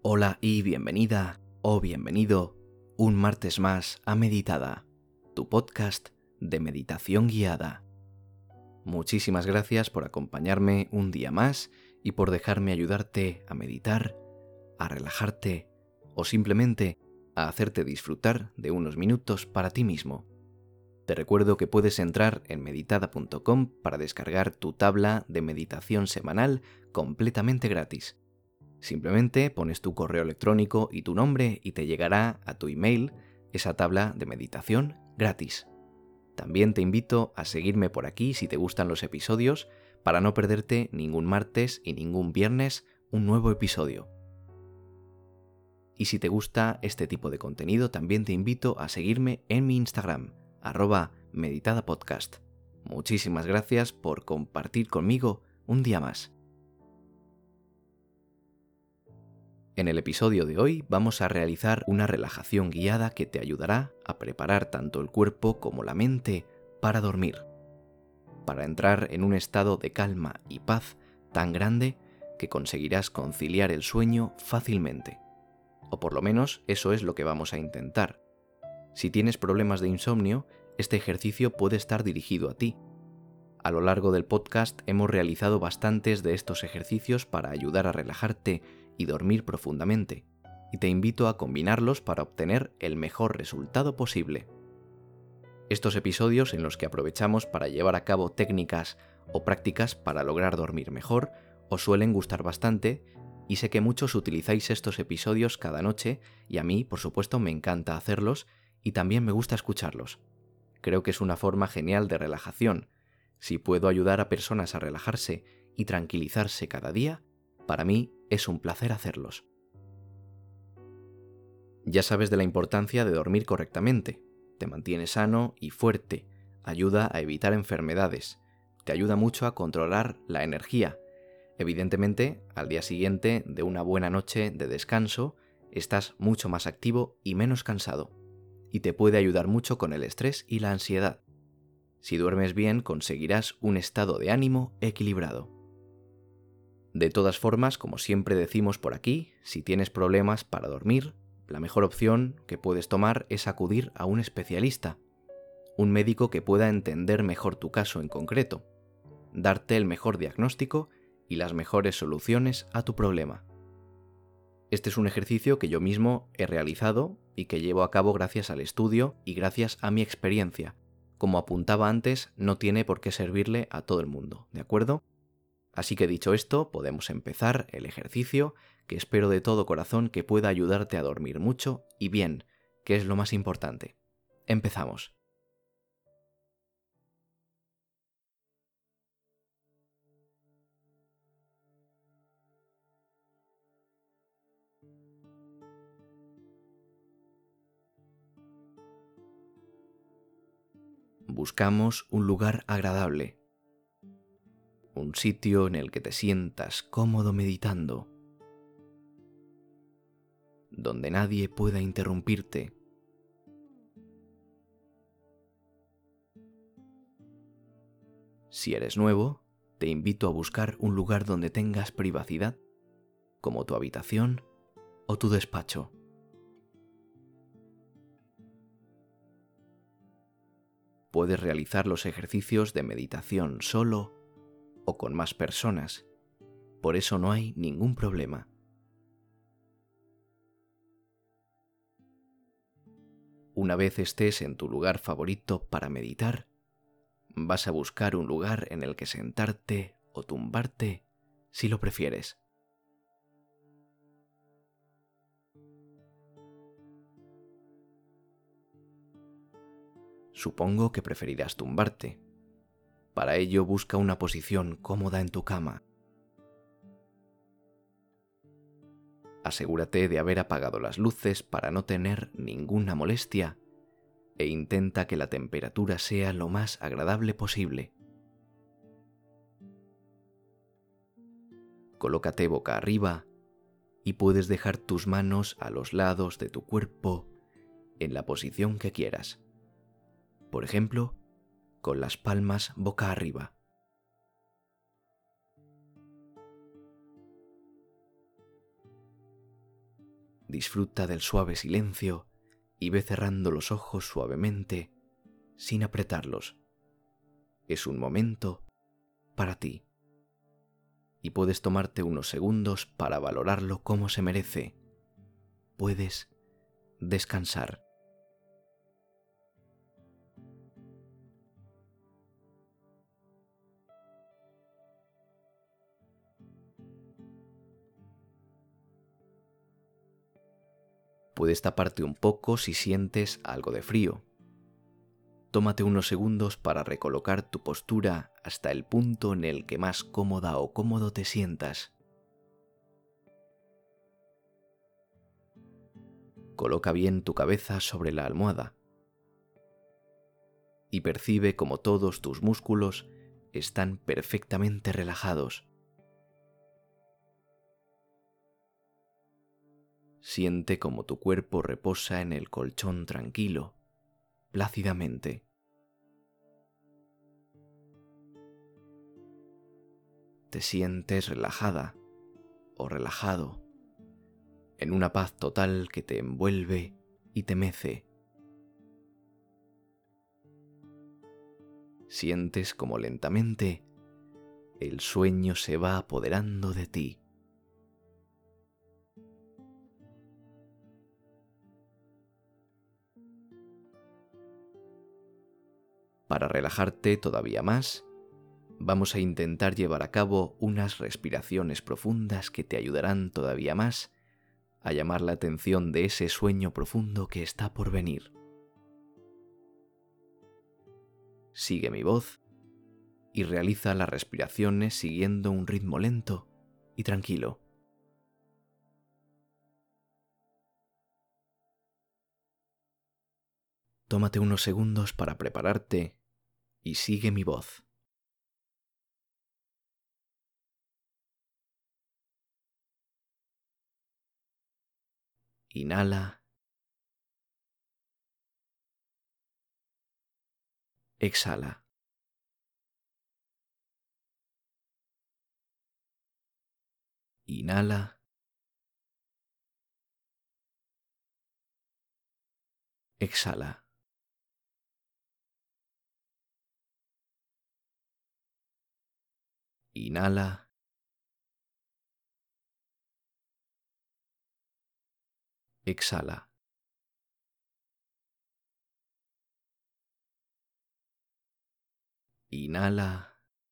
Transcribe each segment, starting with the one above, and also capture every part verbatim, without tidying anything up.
Hola y bienvenida o bienvenido un martes más a Meditada, tu podcast de meditación guiada. Muchísimas gracias por acompañarme un día más y por dejarme ayudarte a meditar, a relajarte o simplemente a hacerte disfrutar de unos minutos para ti mismo. Te recuerdo que puedes entrar en meditada punto com para descargar tu tabla de meditación semanal completamente gratis. Simplemente pones tu correo electrónico y tu nombre y te llegará a tu email esa tabla de meditación gratis. También te invito a seguirme por aquí si te gustan los episodios para no perderte ningún martes y ningún viernes un nuevo episodio. Y si te gusta este tipo de contenido, también te invito a seguirme en mi Instagram, arroba meditadapodcast. Muchísimas gracias por compartir conmigo un día más. En el episodio de hoy vamos a realizar una relajación guiada que te ayudará a preparar tanto el cuerpo como la mente para dormir, para entrar en un estado de calma y paz tan grande que conseguirás conciliar el sueño fácilmente. O por lo menos eso es lo que vamos a intentar. Si tienes problemas de insomnio, este ejercicio puede estar dirigido a ti. A lo largo del podcast hemos realizado bastantes de estos ejercicios para ayudar a relajarte y dormir profundamente, y te invito a combinarlos para obtener el mejor resultado posible. Estos episodios en los que aprovechamos para llevar a cabo técnicas o prácticas para lograr dormir mejor os suelen gustar bastante, y sé que muchos utilizáis estos episodios cada noche y a mí, por supuesto, me encanta hacerlos y también me gusta escucharlos. Creo que es una forma genial de relajación. Si puedo ayudar a personas a relajarse y tranquilizarse cada día, para mí es un placer hacerlos. Ya sabes de la importancia de dormir correctamente. Te mantiene sano y fuerte, ayuda a evitar enfermedades, te ayuda mucho a controlar la energía. Evidentemente, al día siguiente de una buena noche de descanso, estás mucho más activo y menos cansado, y te puede ayudar mucho con el estrés y la ansiedad. Si duermes bien, conseguirás un estado de ánimo equilibrado. De todas formas, como siempre decimos por aquí, si tienes problemas para dormir, la mejor opción que puedes tomar es acudir a un especialista, un médico que pueda entender mejor tu caso en concreto, darte el mejor diagnóstico y las mejores soluciones a tu problema. Este es un ejercicio que yo mismo he realizado y que llevo a cabo gracias al estudio y gracias a mi experiencia. Como apuntaba antes, no tiene por qué servirle a todo el mundo, ¿de acuerdo? Así que dicho esto, podemos empezar el ejercicio, que espero de todo corazón que pueda ayudarte a dormir mucho y bien, que es lo más importante. Empezamos. Buscamos un lugar agradable, un sitio en el que te sientas cómodo meditando, donde nadie pueda interrumpirte. Si eres nuevo, te invito a buscar un lugar donde tengas privacidad, como tu habitación o tu despacho. Puedes realizar los ejercicios de meditación solo o con más personas, por eso no hay ningún problema. Una vez estés en tu lugar favorito para meditar, vas a buscar un lugar en el que sentarte o tumbarte si lo prefieres. Supongo que preferirás tumbarte. Para ello busca una posición cómoda en tu cama. Asegúrate de haber apagado las luces para no tener ninguna molestia e intenta que la temperatura sea lo más agradable posible. Colócate boca arriba y puedes dejar tus manos a los lados de tu cuerpo en la posición que quieras. Por ejemplo, con las palmas boca arriba. disfruta del suave silencio y ve cerrando los ojos suavemente sin apretarlos. Es un momento para ti. Y puedes tomarte unos segundos para valorarlo como se merece. Puedes descansar. Puedes taparte un poco si sientes algo de frío. Tómate unos segundos para recolocar tu postura hasta el punto en el que más cómoda o cómodo te sientas. Coloca bien tu cabeza sobre la almohada y percibe cómo todos tus músculos están perfectamente relajados. Siente cómo tu cuerpo reposa en el colchón tranquilo, plácidamente. Te sientes relajada o relajado, en una paz total que te envuelve y te mece. Sientes como lentamente el sueño se va apoderando de ti. Para relajarte todavía más, vamos a intentar llevar a cabo unas respiraciones profundas que te ayudarán todavía más a llamar la atención de ese sueño profundo que está por venir. Sigue mi voz y realiza las respiraciones siguiendo un ritmo lento y tranquilo. Tómate unos segundos para prepararte y sigue mi voz. Inhala. Exhala. Inhala. Exhala. Inhala. Exhala. Inhala.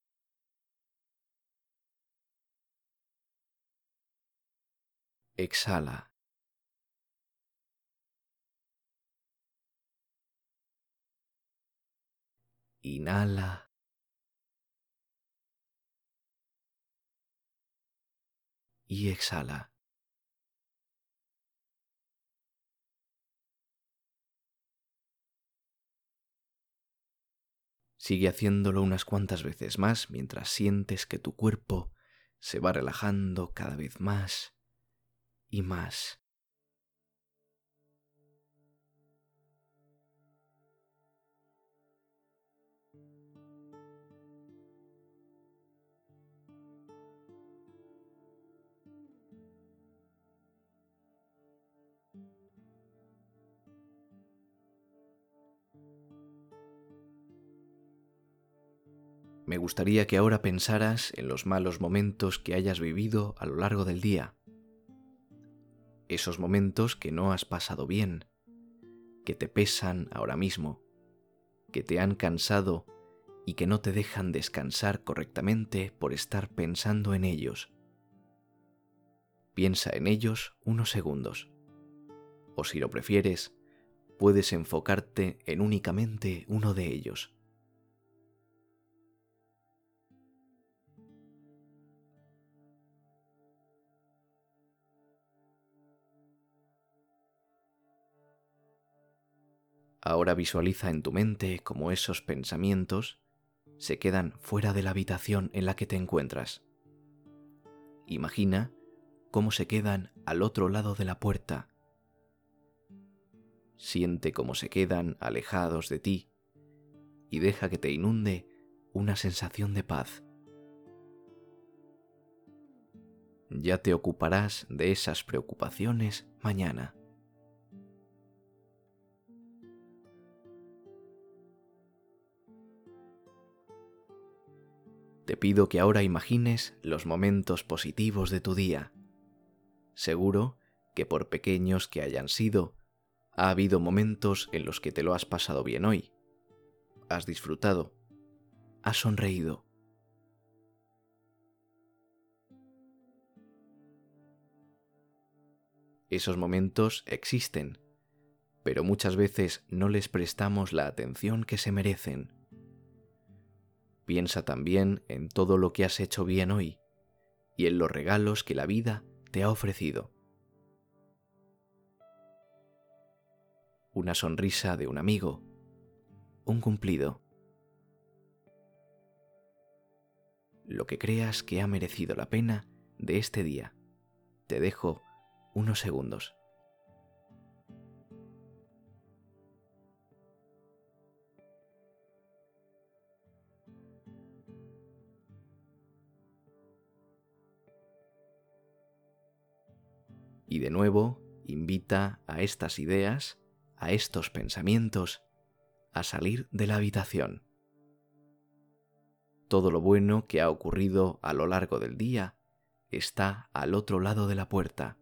Exhala. Inhala. Y exhala. Sigue haciéndolo unas cuantas veces más mientras sientes que tu cuerpo se va relajando cada vez más y más. Me gustaría que ahora pensaras en los malos momentos que hayas vivido a lo largo del día. Esos momentos que no has pasado bien, que te pesan ahora mismo, que te han cansado y que no te dejan descansar correctamente por estar pensando en ellos. Piensa en ellos unos segundos. O si lo prefieres, puedes enfocarte en únicamente uno de ellos. Ahora visualiza en tu mente cómo esos pensamientos se quedan fuera de la habitación en la que te encuentras. Imagina cómo se quedan al otro lado de la puerta. Siente cómo se quedan alejados de ti y deja que te inunde una sensación de paz. Ya te ocuparás de esas preocupaciones mañana. Te pido que ahora imagines los momentos positivos de tu día. Seguro que por pequeños que hayan sido, ha habido momentos en los que te lo has pasado bien hoy. Has disfrutado. Has sonreído. Esos momentos existen, pero muchas veces no les prestamos la atención que se merecen. Piensa también en todo lo que has hecho bien hoy y en los regalos que la vida te ha ofrecido. Una sonrisa de un amigo, un cumplido. Lo que creas que ha merecido la pena de este día. Te dejo unos segundos. Y de nuevo, invita a estas ideas, a estos pensamientos, a salir de la habitación. Todo lo bueno que ha ocurrido a lo largo del día está al otro lado de la puerta.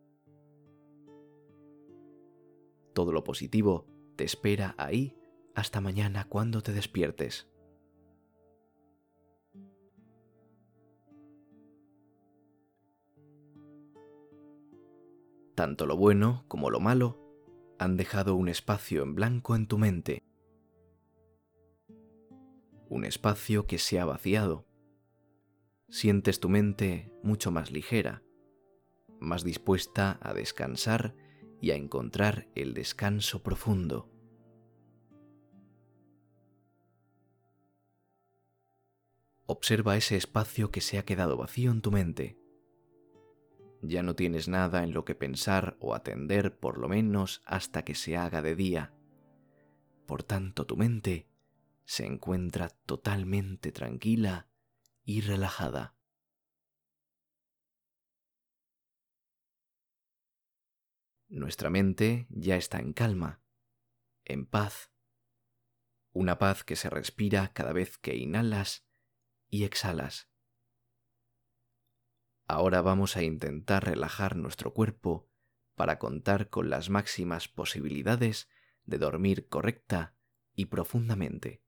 Todo lo positivo te espera ahí hasta mañana cuando te despiertes. Tanto lo bueno como lo malo han dejado un espacio en blanco en tu mente. Un espacio que se ha vaciado. Sientes tu mente mucho más ligera, más dispuesta a descansar y a encontrar el descanso profundo. Observa ese espacio que se ha quedado vacío en tu mente. Ya no tienes nada en lo que pensar o atender, por lo menos hasta que se haga de día. Por tanto, tu mente se encuentra totalmente tranquila y relajada. Nuestra mente ya está en calma, en paz. Una paz que se respira cada vez que inhalas y exhalas. Ahora vamos a intentar relajar nuestro cuerpo para contar con las máximas posibilidades de dormir correcta y profundamente.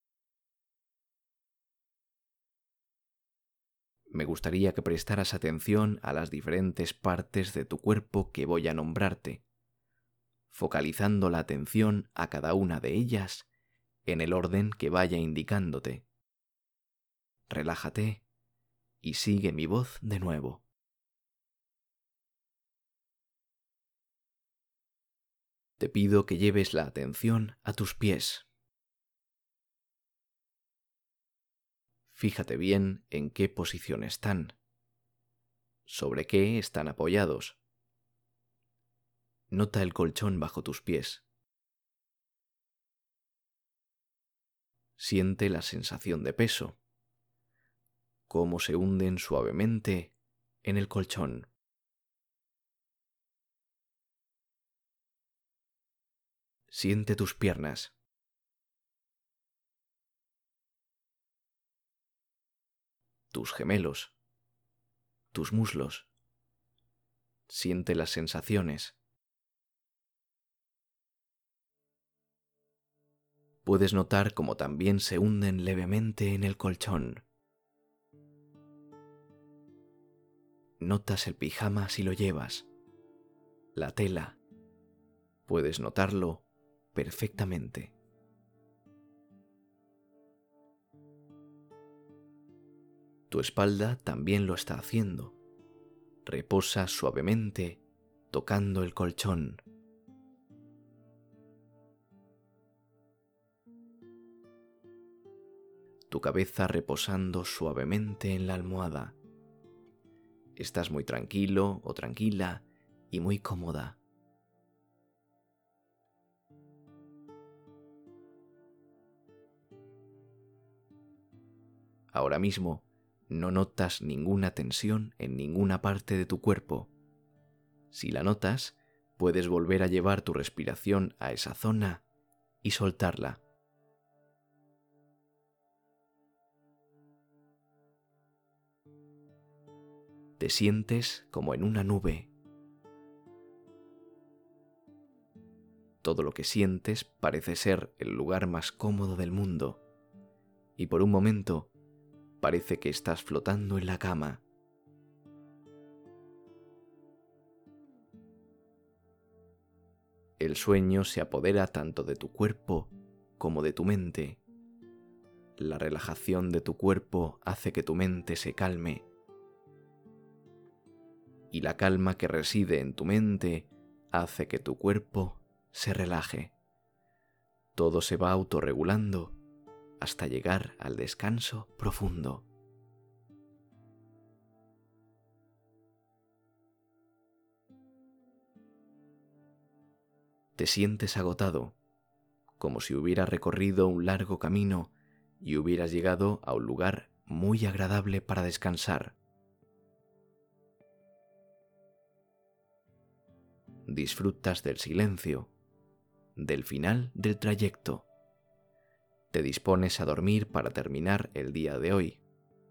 Me gustaría que prestaras atención a las diferentes partes de tu cuerpo que voy a nombrarte, focalizando la atención a cada una de ellas en el orden que vaya indicándote. Relájate y sigue mi voz de nuevo. Te pido que lleves la atención a tus pies. Fíjate bien en qué posición están, sobre qué están apoyados. Nota el colchón bajo tus pies. Siente la sensación de peso, cómo se hunden suavemente en el colchón. Siente tus piernas. Tus gemelos, tus muslos. Siente las sensaciones. Puedes notar cómo también se hunden levemente en el colchón. Notas el pijama si lo llevas, la tela. Puedes notarlo perfectamente. Tu espalda también lo está haciendo. Reposa suavemente, tocando el colchón. Tu cabeza reposando suavemente en la almohada. Estás muy tranquilo o tranquila y muy cómoda. Ahora mismo No notas ninguna tensión en ninguna parte de tu cuerpo. Si la notas, puedes volver a llevar tu respiración a esa zona y soltarla. Te sientes como en una nube. Todo lo que sientes parece ser el lugar más cómodo del mundo, y por un momento parece que estás flotando en la cama. El sueño se apodera tanto de tu cuerpo como de tu mente. La relajación de tu cuerpo hace que tu mente se calme, y la calma que reside en tu mente hace que tu cuerpo se relaje. Todo se va autorregulando hasta llegar al descanso profundo. Te sientes agotado, como si hubieras recorrido un largo camino y hubieras llegado a un lugar muy agradable para descansar. Disfrutas del silencio, del final del trayecto. Te dispones a dormir para terminar el día de hoy.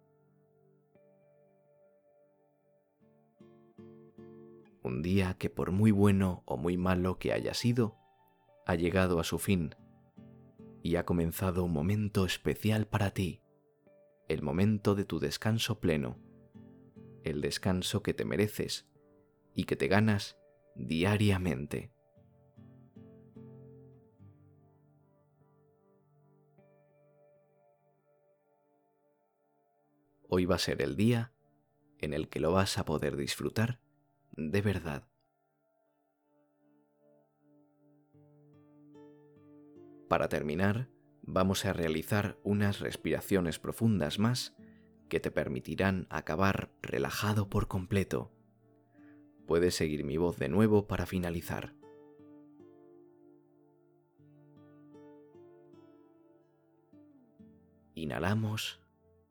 Un día que, por muy bueno o muy malo que haya sido, ha llegado a su fin y ha comenzado un momento especial para ti, el momento de tu descanso pleno, el descanso que te mereces y que te ganas diariamente. Hoy va a ser el día en el que lo vas a poder disfrutar de verdad. Para terminar, vamos a realizar unas respiraciones profundas más que te permitirán acabar relajado por completo. Puedes seguir mi voz de nuevo para finalizar. Inhalamos.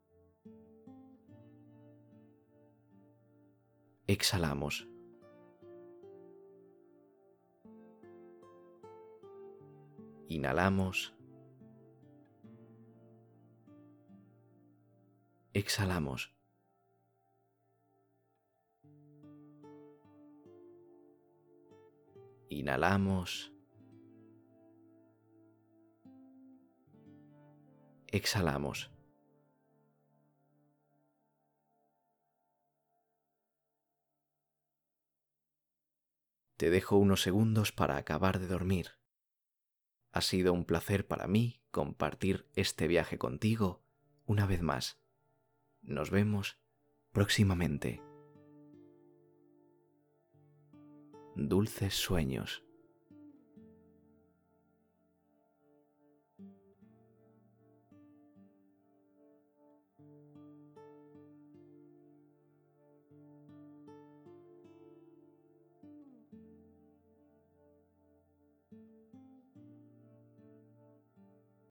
Exhalamos. Inhalamos. Exhalamos. Inhalamos. Exhalamos. Te dejo unos segundos para acabar de dormir. Ha sido un placer para mí compartir este viaje contigo una vez más. Nos vemos próximamente. Dulces sueños.